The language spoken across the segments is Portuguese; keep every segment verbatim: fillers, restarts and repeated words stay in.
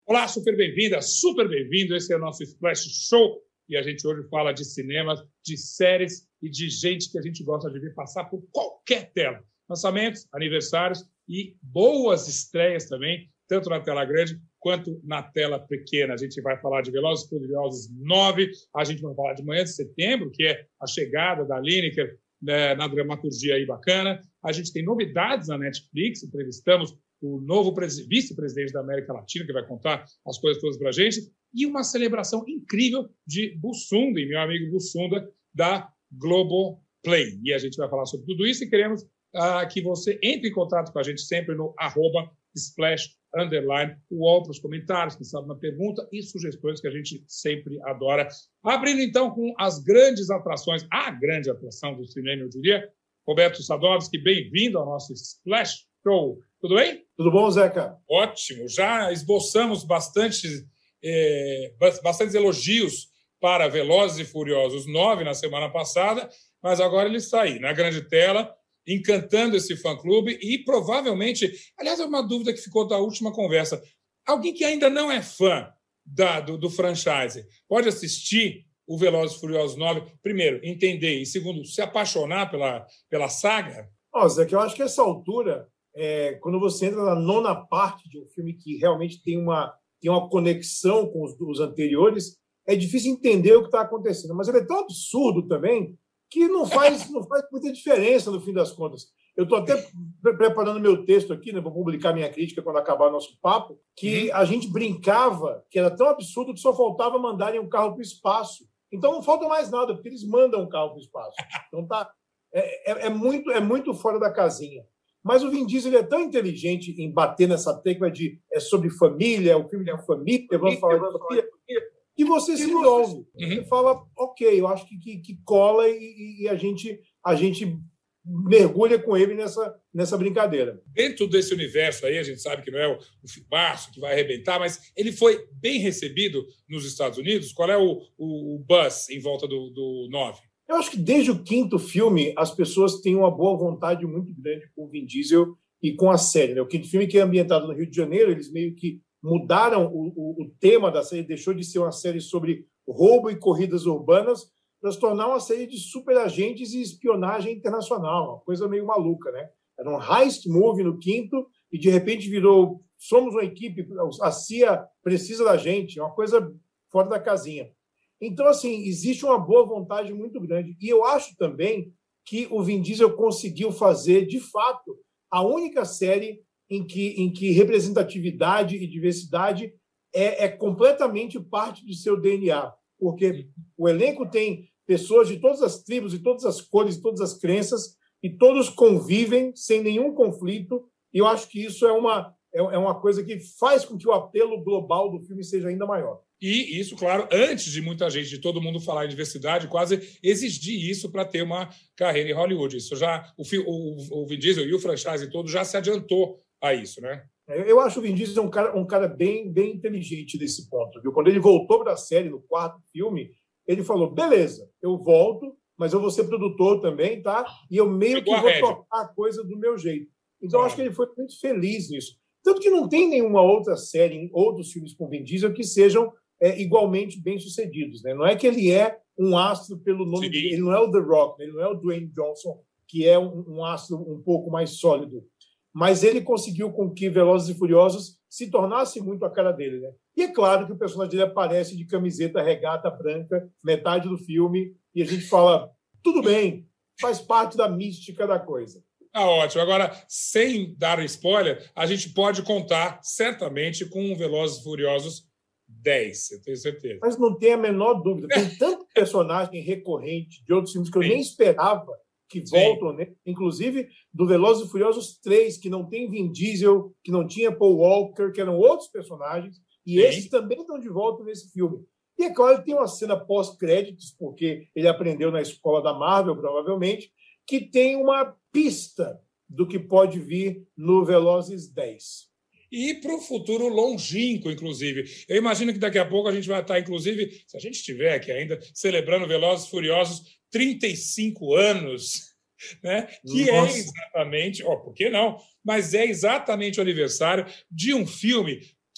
Olá, super bem-vinda, super bem-vindo. Esse é o nosso Splash Show e a gente hoje fala de cinema, de séries e de gente que a gente gosta de ver passar por qualquer tela. Lançamentos, aniversários e boas estreias também, tanto na tela grande quanto na tela pequena. A gente vai falar de Velozes e Furiosos nove, a gente vai falar de Manhã de Setembro, que é a chegada da Lineker, né, na dramaturgia aí bacana. A gente tem novidades na Netflix, entrevistamos o novo vice-presidente da América Latina, que vai contar as coisas todas para a gente, e uma celebração incrível de Bussunda, e meu amigo Bussunda, da Globoplay. E a gente vai falar sobre tudo isso e queremos uh, que você entre em contato com a gente sempre no arroba splash underline wall para os comentários, quem sabe uma pergunta e sugestões que a gente sempre adora. Abrindo então com as grandes atrações, a grande atração do cinema, eu diria, Roberto Sadovski, bem-vindo ao nosso Splash Show. Tudo bem? Tudo bom, Zeca? Ótimo. Já esboçamos bastante, é, bastantes elogios para Velozes e Furiosos nove na semana passada, mas agora ele está aí, na grande tela, encantando esse fã-clube e provavelmente, aliás, é uma dúvida que ficou da última conversa, alguém que ainda não é fã da, do, do franchise pode assistir o Velozes e Furiosos nove, primeiro, entender, e segundo, se apaixonar pela, pela saga? Ó, Zeca, eu acho que essa altura, é, quando você entra na nona parte de um filme que realmente tem uma, tem uma conexão com os, os anteriores, é difícil entender o que está acontecendo. Mas ele é tão absurdo também que não faz, não faz muita diferença no fim das contas. Eu estou até preparando meu texto aqui, né, para publicar minha crítica quando acabar o nosso papo, que a gente brincava que era tão absurdo que só faltava mandarem um carro para o espaço. Então não falta mais nada, porque eles mandam um carro para o espaço. Então tá, é, é, é, muito, é muito fora da casinha. Mas o Vin Diesel ele é tão inteligente em bater nessa tecla de é sobre família, o filme é família, vamos falar de família, que você se envolve. Uhum. Você fala, ok, eu acho que, que, que cola e, e a, gente, a gente mergulha com ele nessa, nessa brincadeira. Dentro desse universo aí, a gente sabe que não é o, o filmaço que vai arrebentar, mas ele foi bem recebido nos Estados Unidos? Qual é o, o, o buzz em volta do, do nove? Eu acho que desde o quinto filme as pessoas têm uma boa vontade muito grande com o Vin Diesel e com a série, né? O quinto filme, que é ambientado no Rio de Janeiro, eles meio que mudaram o, o, o tema da série, deixou de ser uma série sobre roubo e corridas urbanas para se tornar uma série de superagentes e espionagem internacional, uma coisa meio maluca, né? Era um heist movie no quinto e de repente virou somos uma equipe, a C I A precisa da gente, uma coisa fora da casinha. Então, assim, existe uma boa vontade muito grande. E eu acho também que o Vin Diesel conseguiu fazer, de fato, a única série em que, em que representatividade e diversidade é, é completamente parte do seu D N A. Porque o elenco tem pessoas de todas as tribos, de todas as cores, de todas as crenças, e todos convivem sem nenhum conflito. E eu acho que isso é uma, é, é uma coisa que faz com que o apelo global do filme seja ainda maior. E isso, claro, antes de muita gente, de todo mundo falar em diversidade, quase exigir isso para ter uma carreira em Hollywood. Isso já, o, o, o Vin Diesel e o franchise todo já se adiantou a isso, né? Eu acho o Vin Diesel um cara, um cara bem, bem inteligente nesse ponto, viu? Quando ele voltou para a série, no quarto filme, ele falou, beleza, eu volto, mas eu vou ser produtor também, tá? E eu meio que vou tocar a coisa do meu jeito. Então, eu acho que ele foi muito feliz nisso. Tanto que não tem nenhuma outra série, outros filmes com Vin Diesel que sejam É, igualmente bem-sucedidos, né? Não é que ele é um astro pelo nome Sim. dele, ele não é o The Rock, ele não é o Dwayne Johnson, que é um, um astro um pouco mais sólido, mas ele conseguiu com que Velozes e Furiosos se tornasse muito a cara dele, né? E é claro que o personagem dele aparece de camiseta regata branca, metade do filme, e a gente fala, tudo bem, faz parte da mística da coisa. Ah, ótimo. Agora, sem dar spoiler, a gente pode contar certamente com Velozes e Furiosos dez, eu tenho certeza. Mas não tem a menor dúvida. Tem tanto personagem recorrente de outros filmes que eu Sim. nem esperava que Sim. voltam, né? Inclusive do Velozes e Furiosos três, que não tem Vin Diesel, que não tinha Paul Walker, que eram outros personagens, e Sim. esses também estão de volta nesse filme. E é claro que tem uma cena pós-créditos, porque ele aprendeu na escola da Marvel, provavelmente, que tem uma pista do que pode vir no Velozes dez. E para o futuro longínquo, inclusive. Eu imagino que daqui a pouco a gente vai estar, inclusive, se a gente estiver aqui ainda, celebrando Velozes e Furiosos trinta e cinco anos, né? Que Nossa. é exatamente, ó, por que não? Mas é exatamente o aniversário de um filme que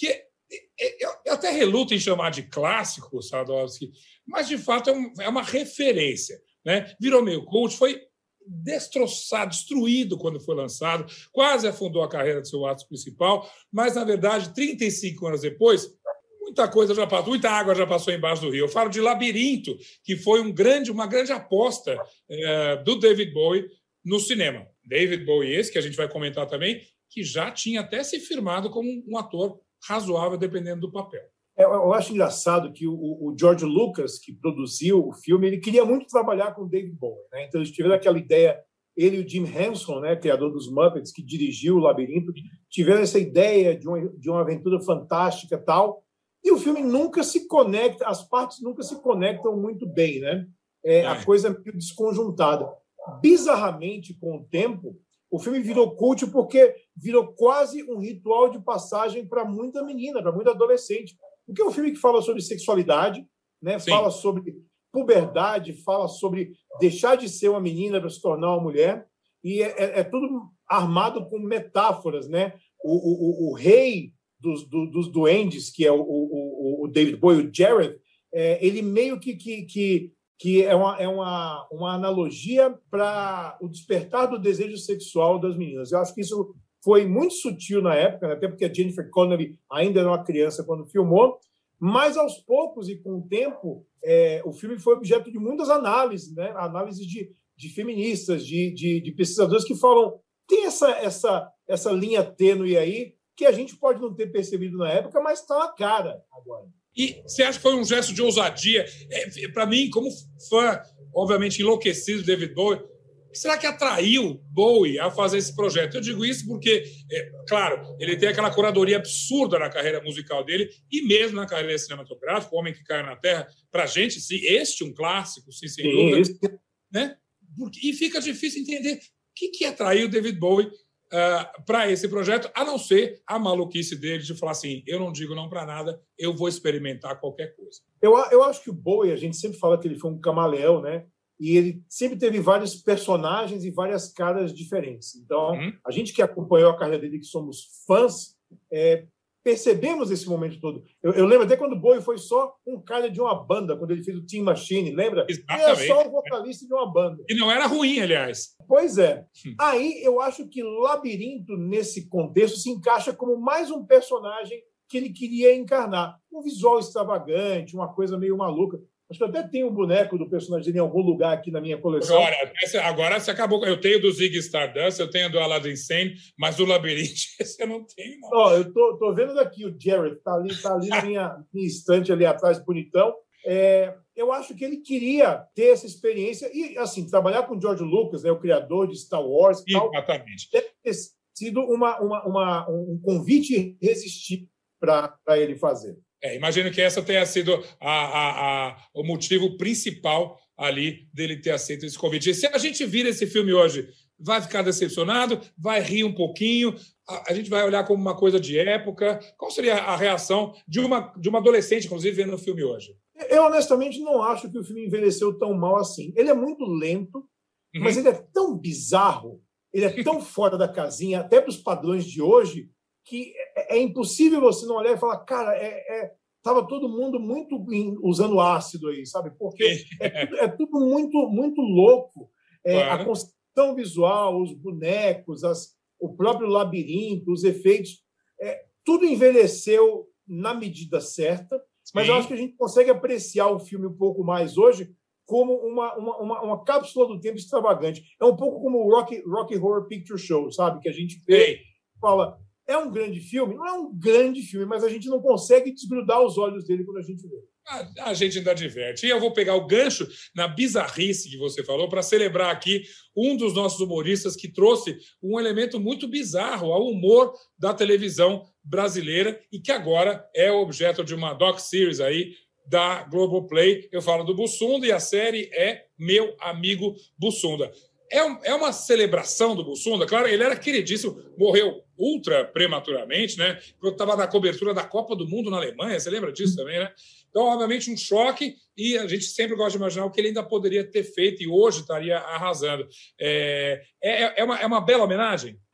Eu até reluto em chamar de clássico, Sadowski, mas, de fato, é, um, é uma referência. Né? Virou meio cult, foi destroçado, destruído quando foi lançado, quase afundou a carreira do seu ato principal, mas, na verdade, trinta e cinco anos depois, muita coisa já passou, muita água já passou embaixo do rio. Eu falo de Labirinto, que foi um grande, uma grande aposta é, do David Bowie no cinema. David Bowie, esse que a gente vai comentar também, que já tinha até se firmado como um ator razoável, dependendo do papel. Eu acho engraçado que o George Lucas, que produziu o filme, ele queria muito trabalhar com o David Bowie. Né? Então, eles tiveram aquela ideia, ele e o Jim Henson, né, criador dos Muppets, que dirigiu o Labirinto, tiveram essa ideia de uma, de uma aventura fantástica e tal, e o filme nunca se conecta, as partes nunca se conectam muito bem, né? É, é. A coisa é meio desconjuntada. Bizarramente, com o tempo, o filme virou cult porque virou quase um ritual de passagem para muita menina, para muita adolescente. Porque é um filme que fala sobre sexualidade, né? Fala sobre puberdade, fala sobre deixar de ser uma menina para se tornar uma mulher, e é, é, é tudo armado com metáforas, né? O, o, o, o rei dos, do, dos duendes, que é o, o, o David Bowie, o Jared, é, ele meio que, que, que, que é, uma, é uma, uma analogia para o despertar do desejo sexual das meninas. Eu acho que isso foi muito sutil na época, né? Até porque a Jennifer Connelly ainda era uma criança quando filmou, mas aos poucos e com o tempo, é, o filme foi objeto de muitas análises, né? Análises de, de feministas, de, de, de pesquisadores que falam, tem essa, essa, essa linha tênue aí que a gente pode não ter percebido na época, mas está na cara agora. E você acha que foi um gesto de ousadia? É, para mim, como fã, obviamente, enlouquecido de David Bowie, será que atraiu Bowie a fazer esse projeto? Eu digo isso porque, é, claro, ele tem aquela curadoria absurda na carreira musical dele e mesmo na carreira cinematográfica, O Homem que Caiu na Terra, para a gente, se este é um clássico, sim, sem dúvida, esse... né? Porque, e fica difícil entender o que, que atraiu David Bowie uh, para esse projeto, a não ser a maluquice dele de falar assim, eu não digo não para nada, eu vou experimentar qualquer coisa. Eu, eu acho que o Bowie, a gente sempre fala que ele foi um camaleão, né? E ele sempre teve vários personagens e várias caras diferentes. Então, uhum. a gente que acompanhou a carreira dele, que somos fãs, é, percebemos esse momento todo. Eu, eu lembro até quando o Bowie foi só um cara de uma banda, quando ele fez o Team Machine, lembra? Exatamente. Ele era só o vocalista de uma banda. E não era ruim, aliás. Pois é. Hum. Aí eu acho que Labirinto, nesse contexto, se encaixa como mais um personagem que ele queria encarnar. Um visual extravagante, uma coisa meio maluca. Acho que eu até tenho um boneco do personagem dele em algum lugar aqui na minha coleção. Agora, essa, agora você acabou. Eu tenho do Ziggy Stardust, eu tenho do Aladdin Sane, mas do Labirinto esse eu não tenho, não. Ó, eu tô, tô vendo daqui o Jared, tá ali, tá ali na minha, minha estante ali atrás, bonitão. É, eu acho que ele queria ter essa experiência e, assim, trabalhar com o George Lucas, né, o criador de Star Wars e tal, exatamente. Deve ter sido uma, uma, uma, um convite irresistível para ele fazer. É, imagino que essa tenha sido a, a, a, o motivo principal ali dele ter aceito esse convite. E se a gente vir esse filme hoje, vai ficar decepcionado, vai rir um pouquinho, a, a gente vai olhar como uma coisa de época. Qual seria a reação de uma, de uma adolescente, inclusive, vendo o filme hoje? Eu, honestamente, não acho que o filme envelheceu tão mal assim. Ele é muito lento, uhum. mas ele é tão bizarro, ele é tão fora da casinha, até para os padrões de hoje, que é impossível você não olhar e falar, cara, é, é, tava todo mundo muito usando ácido aí, sabe? Porque é tudo, é tudo muito, muito louco. É, claro. A construção visual, os bonecos, as, o próprio labirinto, os efeitos, é, tudo envelheceu na medida certa, mas Sim. eu acho que a gente consegue apreciar o filme um pouco mais hoje como uma, uma, uma, uma cápsula do tempo extravagante. É um pouco como o Rocky, Rocky Horror Picture Show, sabe? Que a gente vê e fala... É um grande filme? Não é um grande filme, mas a gente não consegue desgrudar os olhos dele quando a gente vê. A, a gente ainda diverte. E eu vou pegar o gancho na bizarrice que você falou para celebrar aqui um dos nossos humoristas que trouxe um elemento muito bizarro ao humor da televisão brasileira e que agora é objeto de uma doc-series aí da Globoplay. Eu falo do Bussunda e a série é Meu Amigo Bussunda. É, um, é uma celebração do Bussunda, claro, ele era queridíssimo, morreu ultra prematuramente, né? Porque estava na cobertura da Copa do Mundo na Alemanha, você lembra disso também, né? Então, obviamente, um choque, e a gente sempre gosta de imaginar o que ele ainda poderia ter feito e hoje estaria arrasando. É, é, é, uma, é uma bela homenagem?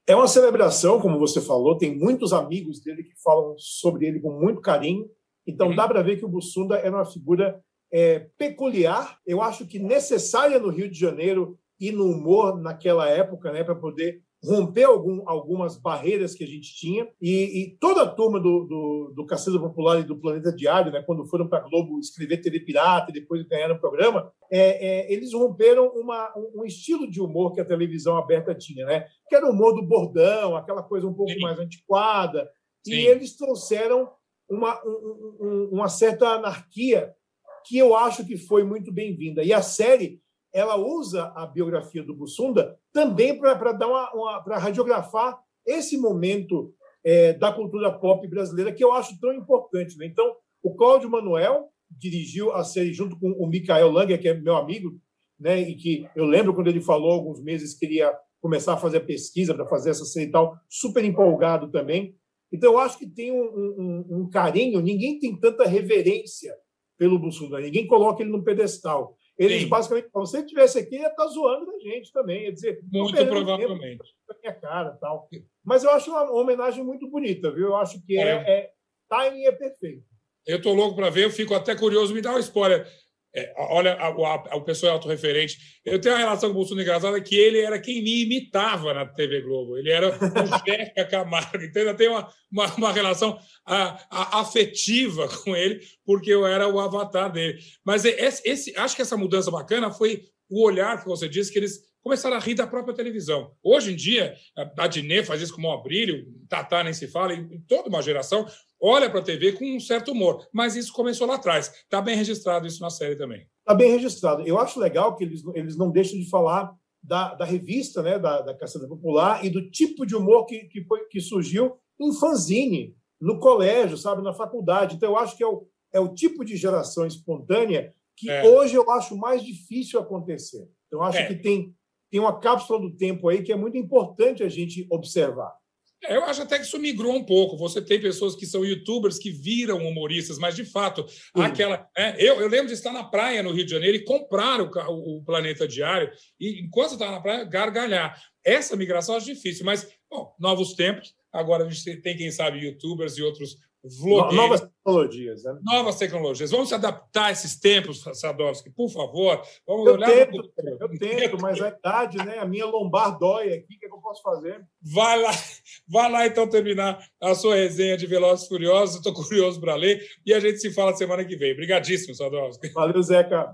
É uma celebração, como você falou, tem muitos amigos dele que falam sobre ele com muito carinho, então uhum. dá para ver que o Bussunda era uma figura é, peculiar, eu acho que necessária no Rio de Janeiro e no humor naquela época, né, para poder romper algum, algumas barreiras que a gente tinha. E, e toda a turma do, do, do Caceta Popular e do Planeta Diário, né, quando foram para a Globo escrever T V Pirata e depois ganharam o programa, é, é, eles romperam uma, um, um estilo de humor que a televisão aberta tinha, né, que era o humor do bordão, aquela coisa um pouco Sim. mais antiquada. Sim. E eles trouxeram uma, um, um, uma certa anarquia que eu acho que foi muito bem-vinda. E a série ela usa a biografia do Bussunda também para dar uma, uma para radiografar esse momento é, da cultura pop brasileira que eu acho tão importante, né? Então, o Cláudio Manuel dirigiu a série junto com o Michael Langer, que é meu amigo, né? E que eu lembro quando ele falou há alguns meses que queria começar a fazer pesquisa para fazer essa série e tal, super empolgado também. Então, eu acho que tem um, um, um carinho, ninguém tem tanta reverência pelo Bussunda, ninguém coloca ele no pedestal. Eles Sim. basicamente falam, se ele estivesse aqui, ia estar zoando da gente também. Ia dizer, muito provavelmente. Na minha cara, tal. Mas eu acho uma homenagem muito bonita, viu? Eu acho que é, é, é timing é perfeito. Eu estou louco para ver, eu fico até curioso. Me dá uma spoiler. É, olha, a, a, a pessoa é autorreferente. Eu tenho uma relação com o Bussunda engraçada que ele era quem me imitava na T V Globo. Ele era o Jeca Camargo. Então, ainda tem uma, uma, uma relação a, a, afetiva com ele, porque eu era o avatar dele. Mas esse, esse, acho que essa mudança bacana foi o olhar que você disse, que eles começaram a rir da própria televisão. Hoje em dia, a Dinê faz isso com o maior brilho, Tatá nem se fala, e toda uma geração olha para a T V com um certo humor. Mas isso começou lá atrás. Está bem registrado isso na série também. Está bem registrado. Eu acho legal que eles, eles não deixam de falar da, da revista, né, da, da Caceta Popular, e do tipo de humor que, que, foi, que surgiu em fanzine, no colégio, sabe, na faculdade. Então, eu acho que é o, é o tipo de geração espontânea que é. hoje eu acho mais difícil acontecer. Então, eu acho é. que tem, tem uma cápsula do tempo aí que é muito importante a gente observar. É, eu acho até que isso migrou um pouco. Você tem pessoas que são youtubers que viram humoristas, mas, de fato, uhum. aquela... É, eu, eu lembro de estar na praia no Rio de Janeiro e comprar o, o, o Planeta Diário e, enquanto eu estava na praia, gargalhar. Essa migração eu acho difícil, mas, bom, novos tempos. Agora a gente tem, quem sabe, youtubers e outros vlogueiros. Novas tecnologias, né? Novas tecnologias. Vamos se adaptar a esses tempos, Sadowski, por favor. Vamos eu olhar tento, pro... eu tento, mas a idade, né? A minha lombar dói aqui, o que, é que eu posso fazer? Vai lá, vai lá então terminar a sua resenha de Velozes e Furiosos. Estou curioso para ler e a gente se fala semana que vem. Obrigadíssimo, Sadowski. Valeu, Zeca.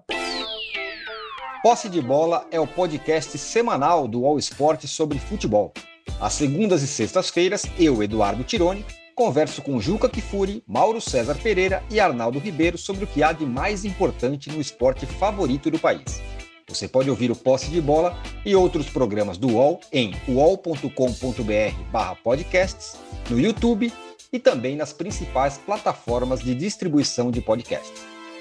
Posse de Bola é o podcast semanal do All Sport sobre futebol. Às segundas e sextas-feiras, eu, Eduardo Tironi, converso com Juca Kfouri, Mauro César Pereira e Arnaldo Ribeiro sobre o que há de mais importante no esporte favorito do país. Você pode ouvir o Posse de Bola e outros programas do U O L em uol ponto com ponto br barra podcasts, no YouTube e também nas principais plataformas de distribuição de podcasts.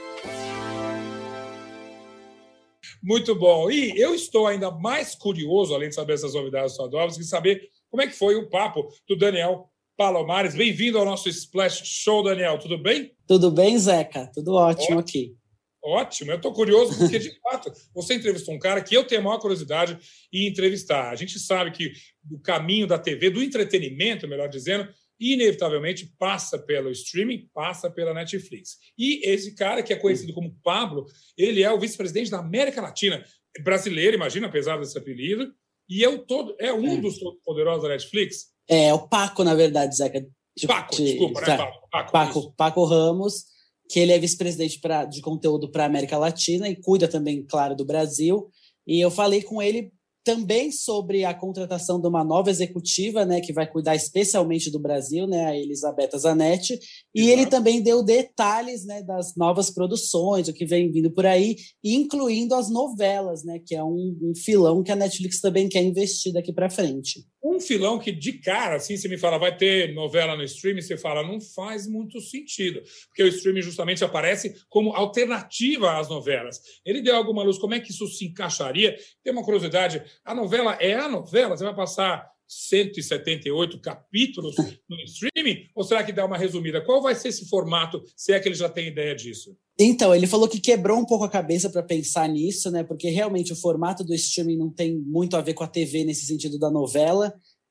Muito bom. E eu estou ainda mais curioso, além de saber essas novidades estaduais, de saber como é que foi o papo do Daniel Palomares. Bem-vindo ao nosso Splash Show, Daniel. Tudo bem? Tudo bem, Zeca? Tudo ótimo, ótimo. aqui. Ótimo. Eu estou curioso porque, de fato, você entrevistou um cara que eu tenho a maior curiosidade em entrevistar. A gente sabe que o caminho da T V, do entretenimento, melhor dizendo, inevitavelmente passa pelo streaming, passa pela Netflix. E esse cara, que é conhecido como Pablo, ele é o vice-presidente da América Latina, brasileiro, imagina, apesar desse apelido, e é, o todo, é um é. dos poderosos da Netflix. É, o Paco, na verdade, Zeca. De, Paco, de, desculpa, né, Paco? Paco, Paco, Paco Ramos, que ele é vice-presidente pra, de conteúdo para a América Latina e cuida também, claro, do Brasil. E eu falei com ele também sobre a contratação de uma nova executiva, né, que vai cuidar especialmente do Brasil, né, a Elisabetta Zanetti, e Exato. Ele também deu detalhes, né, das novas produções, o que vem vindo por aí, incluindo as novelas, né, que é um, um filão que a Netflix também quer investir daqui para frente. Um filão que, de cara, assim, você me fala, vai ter novela no streaming, você fala, não faz muito sentido, porque o streaming justamente aparece como alternativa às novelas. Ele deu alguma luz, como é que isso se encaixaria? Tem uma curiosidade, a novela é a novela? Você vai passar cento e setenta e oito capítulos no streaming? Ou será que dá uma resumida? Qual vai ser esse formato, se é que ele já tem ideia disso? Então, ele falou que quebrou um pouco a cabeça para pensar nisso, né? Porque realmente o formato do streaming não tem muito a ver com a T V nesse sentido da novela.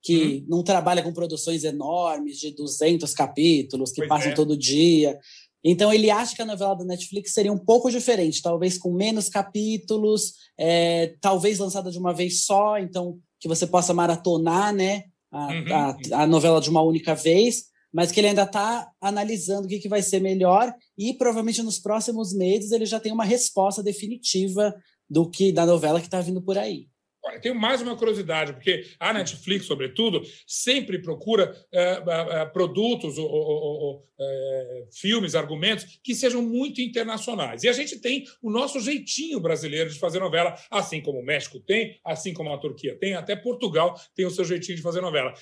que hum. não trabalha com produções enormes de duzentos capítulos, que pois passam é. todo dia. Então, ele acha que a novela da Netflix seria um pouco diferente, talvez com menos capítulos, é, talvez lançada de uma vez só, então que você possa maratonar, né, a, uhum. a, a novela de uma única vez, mas que ele ainda está analisando o que, que vai ser melhor e provavelmente nos próximos meses ele já tem uma resposta definitiva do que, da novela que está vindo por aí. Olha, tenho mais uma curiosidade, porque a Netflix, sobretudo, sempre procura é, é, produtos ou, ou, ou é, filmes, argumentos que sejam muito internacionais. E a gente tem o nosso jeitinho brasileiro de fazer novela, assim como o México tem, assim como a Turquia tem, até Portugal tem o seu jeitinho de fazer novela.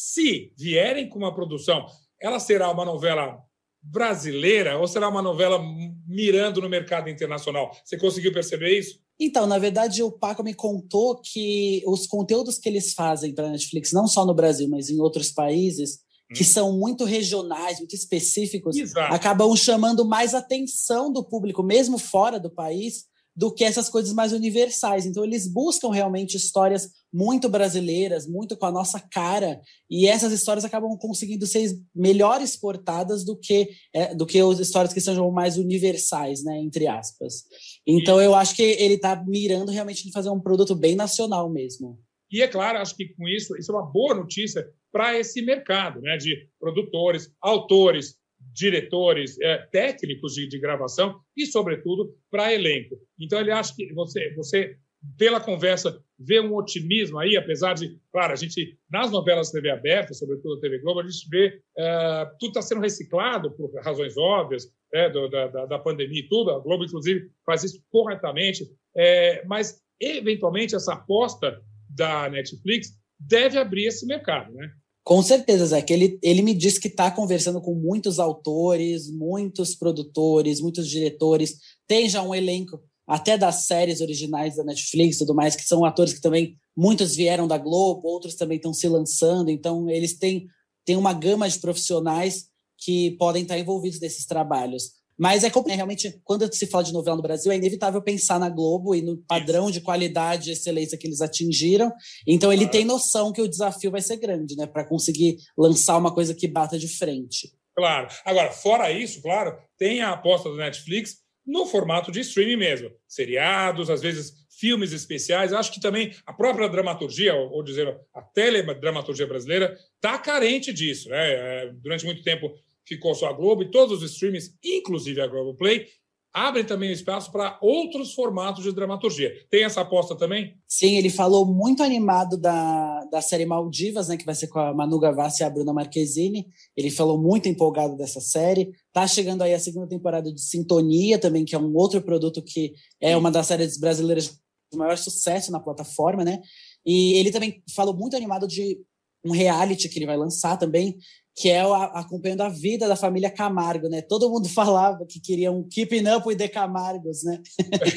Se vierem com uma produção, ela será uma novela brasileira ou será uma novela mirando no mercado internacional? Você conseguiu perceber isso? Então, na verdade, o Paco me contou que os conteúdos que eles fazem para a Netflix, não só no Brasil, mas em outros países, hum. que são muito regionais, muito específicos, Exato. acabam chamando mais atenção do público, mesmo fora do país, do que essas coisas mais universais. Então, eles buscam realmente histórias muito brasileiras, muito com a nossa cara, e essas histórias acabam conseguindo ser melhor exportadas do que, é, do que as histórias que sejam mais universais, né, entre aspas. Então, eu acho que ele está mirando realmente de fazer um produto bem nacional mesmo. E, é claro, acho que com isso, isso é uma boa notícia para esse mercado, né, de produtores, autores, diretores, é, técnicos de, de gravação e, sobretudo, para elenco. Então, ele acha que você, você, pela conversa, vê um otimismo aí, apesar de, claro, a gente, nas novelas T V aberta, sobretudo a T V Globo, a gente vê é, tudo está sendo reciclado por razões óbvias, é, do, da, da pandemia e tudo. A Globo, inclusive, faz isso corretamente, é, mas, eventualmente, essa aposta da Netflix deve abrir esse mercado, né? Com certeza, Zé, que ele, ele me disse que está conversando com muitos autores, muitos produtores, muitos diretores, tem já um elenco até das séries originais da Netflix e tudo mais, que são atores que também, muitos vieram da Globo, outros também estão se lançando, então eles têm, têm uma gama de profissionais que podem estar envolvidos nesses trabalhos. Mas é complicado, realmente, quando se fala de novela no Brasil, é inevitável pensar na Globo e no padrão de qualidade e excelência que eles atingiram. Então, ele tem noção que o desafio vai ser grande, né? Para conseguir lançar uma coisa que bata de frente. Claro. Agora, fora isso, claro, tem a aposta do Netflix no formato de streaming mesmo. Seriados, às vezes filmes especiais. Acho que também a própria dramaturgia, ou, ou dizer, a teledramaturgia brasileira, está carente disso, né? Durante muito tempo ficou só a Globo, e todos os streamings, inclusive a Globoplay, abrem também espaço para outros formatos de dramaturgia. Tem essa aposta também? Sim, ele falou muito animado da, da série Maldivas, né, que vai ser com a Manu Gavassi e a Bruna Marquezine. Ele falou muito empolgado dessa série. Tá chegando aí a segunda temporada de Sintonia também, que é um outro produto que é uma das séries brasileiras de maior sucesso na plataforma, né? E ele também falou muito animado de um reality que ele vai lançar também, que é o, acompanhando a vida da família Camargo, né? Todo mundo falava que queria um Keeping Up with the Camargos, né?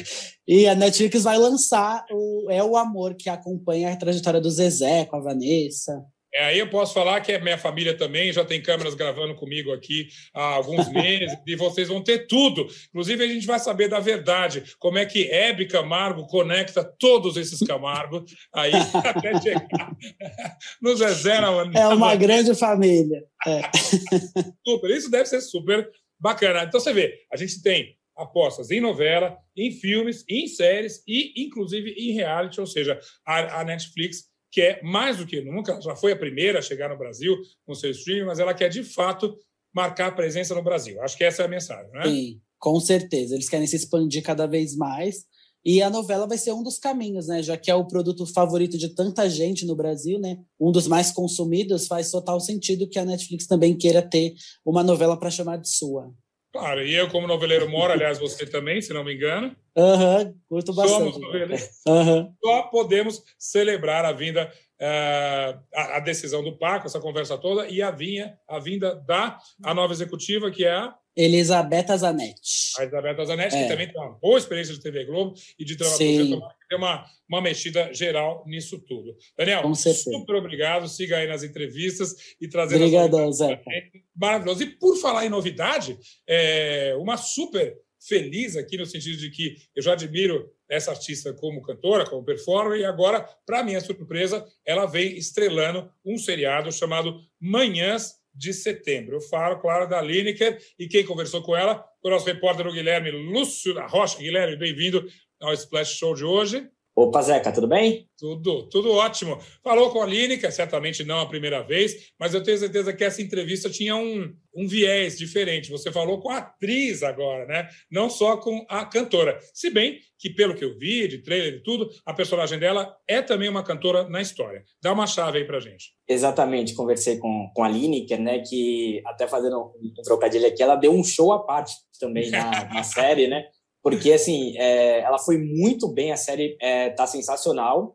E a Netflix vai lançar o É o Amor, que acompanha a trajetória do Zezé com a Vanessa. É, aí eu posso falar que a minha família também já tem câmeras gravando comigo aqui há alguns meses e vocês vão ter tudo. Inclusive, a gente vai saber da verdade, como é que Hebe Camargo conecta todos esses Camargos aí até chegar no Zezé. Na, na, é uma na... grande família. É. Super, isso deve ser super bacana. Então, você vê, a gente tem apostas em novela, em filmes, em séries e, inclusive, em reality, ou seja, a, a Netflix, que é mais do que nunca, já foi a primeira a chegar no Brasil com seu streaming, mas ela quer, de fato, marcar presença no Brasil. Acho que essa é a mensagem, né? Sim, com certeza. Eles querem se expandir cada vez mais. E a novela vai ser um dos caminhos, né? Já que é o produto favorito de tanta gente no Brasil, né? Um dos mais consumidos, faz total sentido que a Netflix também queira ter uma novela para chamar de sua. Claro, e eu como noveleiro moro, aliás, você também, se não me engano. Aham, uhum, curto bastante. Somos noveleiros. Uhum. Só podemos celebrar a vinda, uh, a, a decisão do Paco, essa conversa toda, e a, vinha, a vinda da a nova executiva, que é a Elisabetta Zanetti. A Elisabetta Zanetti, é. que também tem uma boa experiência de T V Globo e de dramaturgia, que tem uma, uma mexida geral nisso tudo. Daniel, super obrigado, siga aí nas entrevistas e trazendo Obrigadão, Zé. Maravilhoso. E por falar em novidade, é uma super feliz aqui no sentido de que eu já admiro essa artista como cantora, como performer, e agora, para minha surpresa, ela vem estrelando um seriado chamado Manhãs de Setembro. Eu falo, claro, da Lineker, e quem conversou com ela foi o nosso repórter, o Guilherme Lúcio da Rocha. Guilherme, bem-vindo ao Splash Show de hoje. Opa, Zeca, tudo bem? Tudo, tudo ótimo. Falou com a Lineker, certamente não a primeira vez, mas eu tenho certeza que essa entrevista tinha um, um viés diferente. Você falou com a atriz agora, né? Não só com a cantora. Se bem que, pelo que eu vi, de trailer e tudo, a personagem dela é também uma cantora na história. Dá uma chave aí pra gente. Exatamente, conversei com, com a Lineker, né? Que, até fazendo um, um trocadilho aqui, ela deu um show à parte também na, na série, né? Porque, assim, é, ela foi muito bem, a série é, tá sensacional.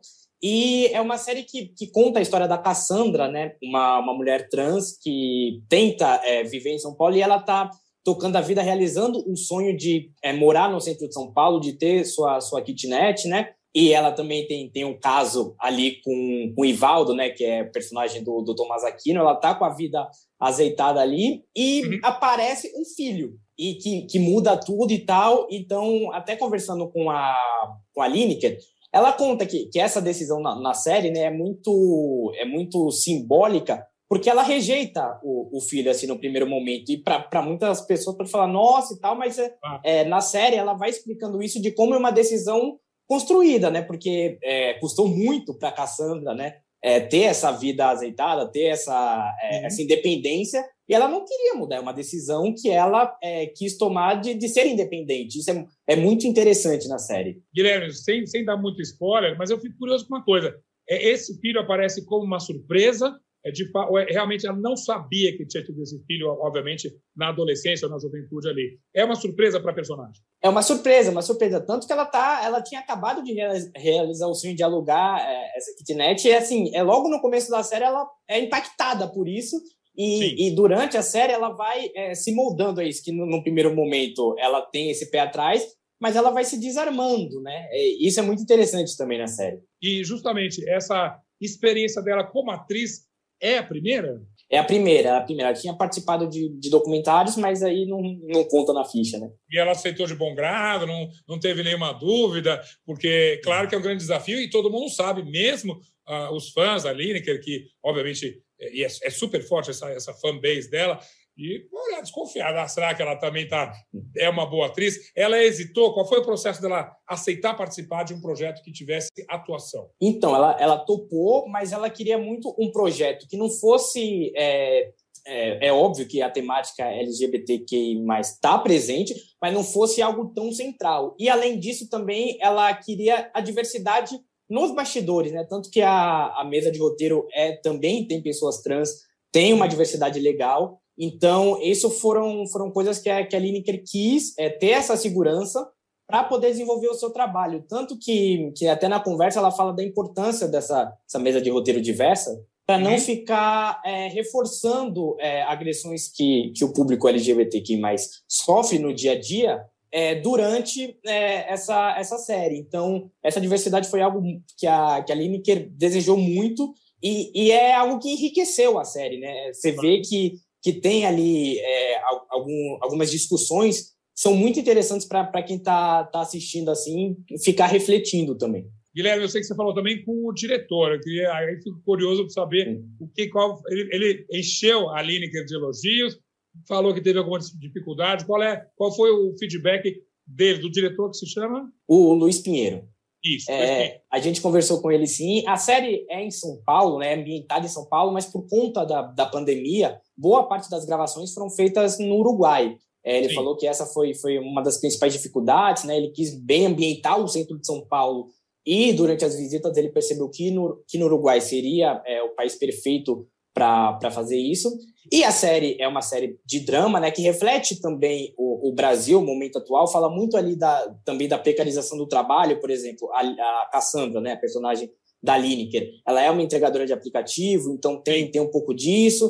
E é uma série que, que conta a história da Cassandra, né? Uma, uma mulher trans que tenta é, viver em São Paulo, e ela tá tocando a vida, realizando um sonho de é, morar no centro de São Paulo, de ter sua, sua kitnet, né? E ela também tem, tem um caso ali com, com o Ivaldo, né? Que é personagem do, do Tomás Aquino. Ela tá com a vida azeitada ali e uhum. aparece um filho. E que, que muda tudo e tal. Então, até conversando com a, com a Lineker, ela conta que, que essa decisão na, na série, né, é, muito, é muito simbólica, porque ela rejeita o, o filho assim, no primeiro momento. E para muitas pessoas pode falar, nossa e tal, mas é, ah. é, na série ela vai explicando isso de como é uma decisão construída, né? Porque é, custou muito para a Cassandra, né? É, ter essa vida azeitada, ter essa, é, uhum. essa independência, e ela não queria mudar, é uma decisão que ela é, quis tomar de, de ser independente. Isso é, é muito interessante na série. Guilherme, sem, sem dar muito spoiler, mas eu fico curioso com uma coisa. É, esse filho aparece como uma surpresa? É de, ou é, realmente ela não sabia que tinha tido esse filho, obviamente, na adolescência ou na juventude ali? É uma surpresa para a personagem? É uma surpresa, uma surpresa. Tanto que ela, tá, ela tinha acabado de realizar o sonho de alugar é, essa kitnet, e assim, é, logo no começo da série ela é impactada por isso, e, e durante a série ela vai é, se moldando a isso, que no, no primeiro momento ela tem esse pé atrás, mas ela vai se desarmando, né? E isso é muito interessante também na série. E justamente essa experiência dela como atriz é a primeira? É a primeira, a primeira. Ela tinha participado de, de documentários, mas aí não, não conta na ficha, né? E ela aceitou de bom grado, não, não teve nenhuma dúvida, porque, claro que é um grande desafio e todo mundo sabe, mesmo uh, os fãs da Lineker, que, obviamente, é, é super forte essa, essa fanbase dela, e olha, desconfiada, ah, será que ela também tá, é uma boa atriz? Ela hesitou? Qual foi o processo dela aceitar participar de um projeto que tivesse atuação? Então, ela, ela topou, mas ela queria muito um projeto que não fosse... É, é, é óbvio que a temática L G B T Q I mais está presente, mas não fosse algo tão central. E, além disso, também ela queria a diversidade nos bastidores, né? Tanto que a, a mesa de roteiro é, também tem pessoas trans, tem uma diversidade legal. Então, isso foram, foram coisas que a, que a Lineker quis é, ter essa segurança para poder desenvolver o seu trabalho. Tanto que, que até na conversa ela fala da importância dessa essa mesa de roteiro diversa para não uhum. ficar é, reforçando é, agressões que, que o público L G B T Q I mais sofre no dia a dia é, durante é, essa, essa série. Então, essa diversidade foi algo que a, que a Lineker desejou muito e, e é algo que enriqueceu a série, né? Você vê que que tem ali é, algum, algumas discussões que são muito interessantes para quem está tá assistindo assim, ficar refletindo também. Guilherme, eu sei que você falou também com o diretor, eu queria, aí fico curioso para saber Sim. o que, qual, ele, ele encheu a Lineker de elogios, falou que teve alguma dificuldade, qual, é, qual foi o feedback dele, do diretor que se chama? O Luiz Pinheiro. Isso, é, a gente conversou com ele sim. A série é em São Paulo, né, ambientada em São Paulo, mas por conta da, da pandemia, boa parte das gravações foram feitas no Uruguai. É, ele sim. falou que essa foi, foi uma das principais dificuldades, né? Ele quis bem ambientar o centro de São Paulo e durante as visitas ele percebeu que no, que no Uruguai seria é, o país perfeito para fazer isso. E a série é uma série de drama, né, que reflete também o, o Brasil, o momento atual, fala muito ali da, também da precarização do trabalho, por exemplo, a, a Cassandra, né, a personagem da Lineker, ela é uma entregadora de aplicativo, então tem, tem um pouco disso.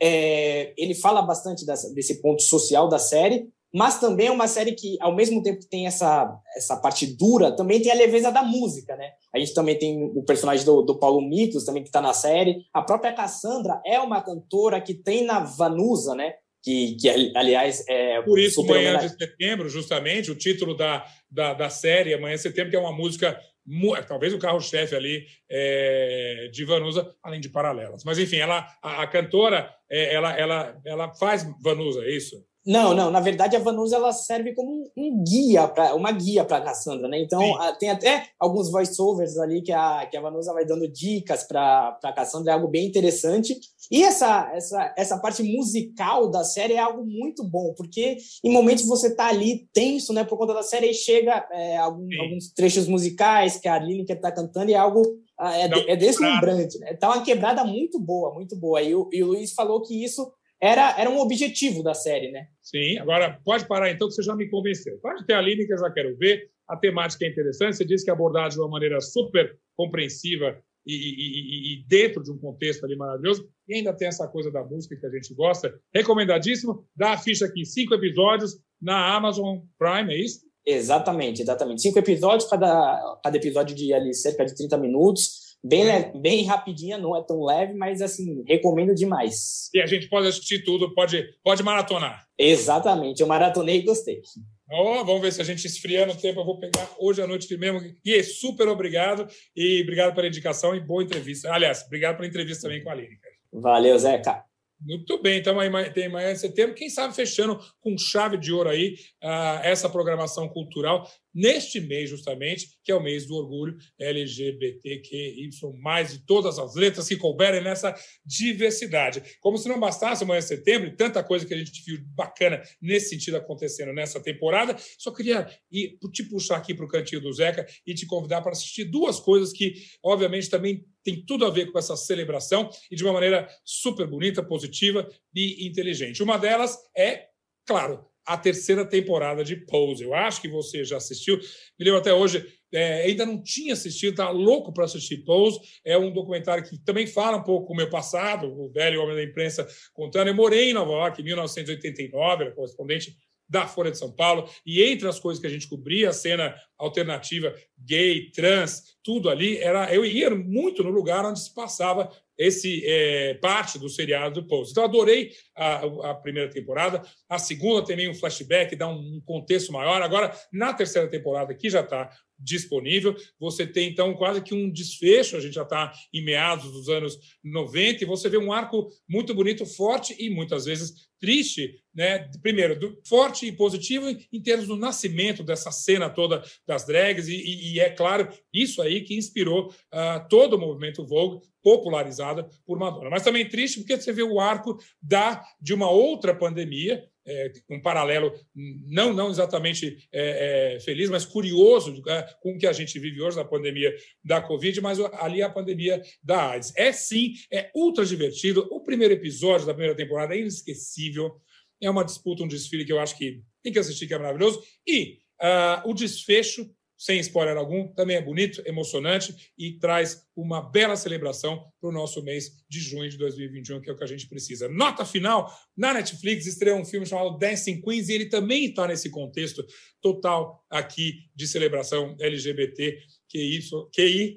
É, ele fala bastante dessa, desse ponto social da série, mas também é uma série que, ao mesmo tempo que tem essa, essa parte dura, também tem a leveza da música, né? A gente também tem o personagem do, do Paulo Miklos, também que está na série. A própria Cassandra é uma cantora que tem na Vanusa, né? que, que aliás, é por isso, super Manhã homenagem. de Setembro, justamente, o título da, da, da série, Manhã de Setembro, que é uma música, talvez o carro-chefe ali é, de Vanusa, além de Paralelas. Mas, enfim, ela, a, a cantora, é, ela, ela, ela faz Vanusa, é isso? Não, não. Na verdade, a Vanusa ela serve como um guia, pra, uma guia para a Cassandra, né? Então, a, tem até alguns voice-overs ali que a, que a Vanusa vai dando dicas para a Cassandra, é algo bem interessante. E essa, essa, essa parte musical da série é algo muito bom, porque em momentos você está ali tenso, né, por conta da série, e chega é, algum, alguns trechos musicais que a Lineker está cantando e é algo é, é deslumbrante, né? Tá uma quebrada muito boa, muito boa. E o, e o Luiz falou que isso Era, era um objetivo da série, né? Sim, agora pode parar então, que você já me convenceu. Pode ter a Aline, que eu já quero ver, a temática é interessante, você disse que a abordagem de uma maneira super compreensiva e, e, e dentro de um contexto ali maravilhoso, e ainda tem essa coisa da música que a gente gosta. Recomendadíssimo, dá a ficha aqui, cinco episódios na Amazon Prime, é isso? Exatamente, exatamente. Cinco episódios, cada, cada episódio de ali, cerca de trinta minutos. Bem, leve, bem rapidinha, não é tão leve, mas assim, recomendo demais. E a gente pode assistir tudo, pode, pode maratonar. Exatamente, eu maratonei e gostei. Oh, vamos ver se a gente esfriando o tempo, eu vou pegar hoje à noite mesmo. E super obrigado, e obrigado pela indicação e boa entrevista. Aliás, obrigado pela entrevista também com a Aline. Valeu, Zeca. Muito bem, então aí tem Manhã de Setembro, quem sabe fechando com chave de ouro aí uh, essa programação cultural neste mês justamente, que é o mês do orgulho L G B T Q Y mais, de todas as letras que couberem nessa diversidade. Como se não bastasse o Manhã de Setembro e tanta coisa que a gente viu bacana nesse sentido acontecendo nessa temporada, só queria ir, te puxar aqui para o cantinho do Zeca e te convidar para assistir duas coisas que, obviamente, também tem tudo a ver com essa celebração e de uma maneira super bonita, positiva e inteligente. Uma delas é, claro, a terceira temporada de Pose. Eu acho que você já assistiu. Me lembro até hoje, é, ainda não tinha assistido, tá louco para assistir Pose. É um documentário que também fala um pouco do meu passado, o velho homem da imprensa contando. Eu morei em Nova York em mil novecentos e oitenta e nove, era correspondente da Folha de São Paulo, e entre as coisas que a gente cobria, a cena alternativa gay, trans, tudo ali, era, eu ia muito no lugar onde se passava esse é, parte do seriado do Pose. Então, adorei a, a primeira temporada, a segunda também um flashback, dá um contexto maior. Agora, na terceira temporada, que já está disponível, você tem, então, quase que um desfecho, a gente já está em meados dos anos noventa, e você vê um arco muito bonito, forte e, muitas vezes, triste, né? Primeiro, do, forte e positivo em termos do nascimento dessa cena toda das drags, e, e, e é claro, isso aí que inspirou uh, todo o movimento Vogue, popularizada por Madonna. Mas também triste porque você vê o arco da, de uma outra pandemia, é, um paralelo não, não exatamente é, é, feliz, mas curioso é, com o que a gente vive hoje na pandemia da Covid, mas ali a pandemia da AIDS. É sim, é ultra divertido. O primeiro episódio da primeira temporada é inesquecível. É uma disputa, um desfile que eu acho que tem que assistir, que é maravilhoso. E uh, o desfecho, sem spoiler algum, também é bonito, emocionante e traz uma bela celebração para o nosso mês de junho de dois mil e vinte e um, que é o que a gente precisa. Nota final, na Netflix estreou um filme chamado Dancing Queens e ele também está nesse contexto total aqui de celebração L G B T, Q I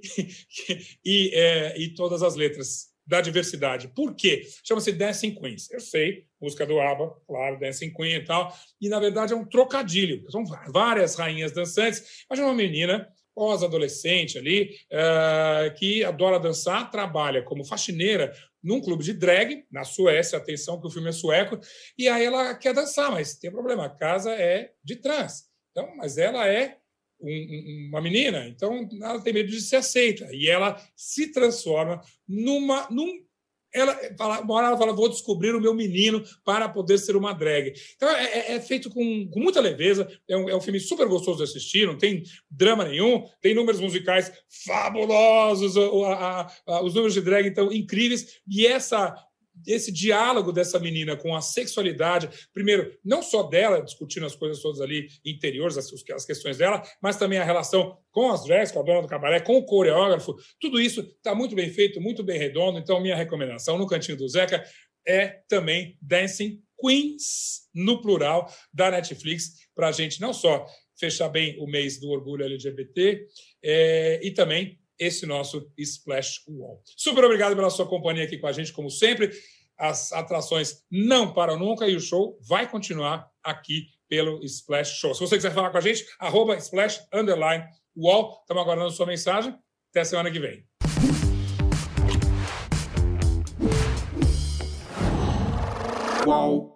e, é, e todas as letras da diversidade. Por quê? Chama-se Dancing Queens. Eu sei, música do ABBA, claro, Dancing Queen e tal, e na verdade é um trocadilho. São várias rainhas dançantes, mas é uma menina pós-adolescente ali, uh, que adora dançar, trabalha como faxineira num clube de drag, na Suécia, atenção que o filme é sueco, e aí ela quer dançar, mas tem problema, a casa é de trans. Então, mas ela é Um, uma menina, então ela tem medo de ser aceita e ela se transforma numa num, ela fala, uma hora ela fala, vou descobrir o meu menino para poder ser uma drag. Então é, é feito com, com muita leveza, é um, é um filme super gostoso de assistir, não tem drama nenhum, tem números musicais fabulosos, a, a, a, os números de drag então incríveis, e essa esse diálogo dessa menina com a sexualidade, primeiro, não só dela, discutindo as coisas todas ali interiores, as, as questões dela, mas também a relação com as drags, com a dona do cabaré, com o coreógrafo, tudo isso está muito bem feito, muito bem redondo. Então, minha recomendação no Cantinho do Zeca é também Dancing Queens, no plural, da Netflix, para a gente não só fechar bem o mês do orgulho L G B T, é, e também esse nosso Splash Wall. Super obrigado pela sua companhia aqui com a gente, como sempre. as atrações não param nunca e o show vai continuar aqui pelo Splash Show. Se você quiser falar com a gente, arroba Splash Underline Wall. Estamos aguardando sua mensagem. Até a semana que vem. Uau.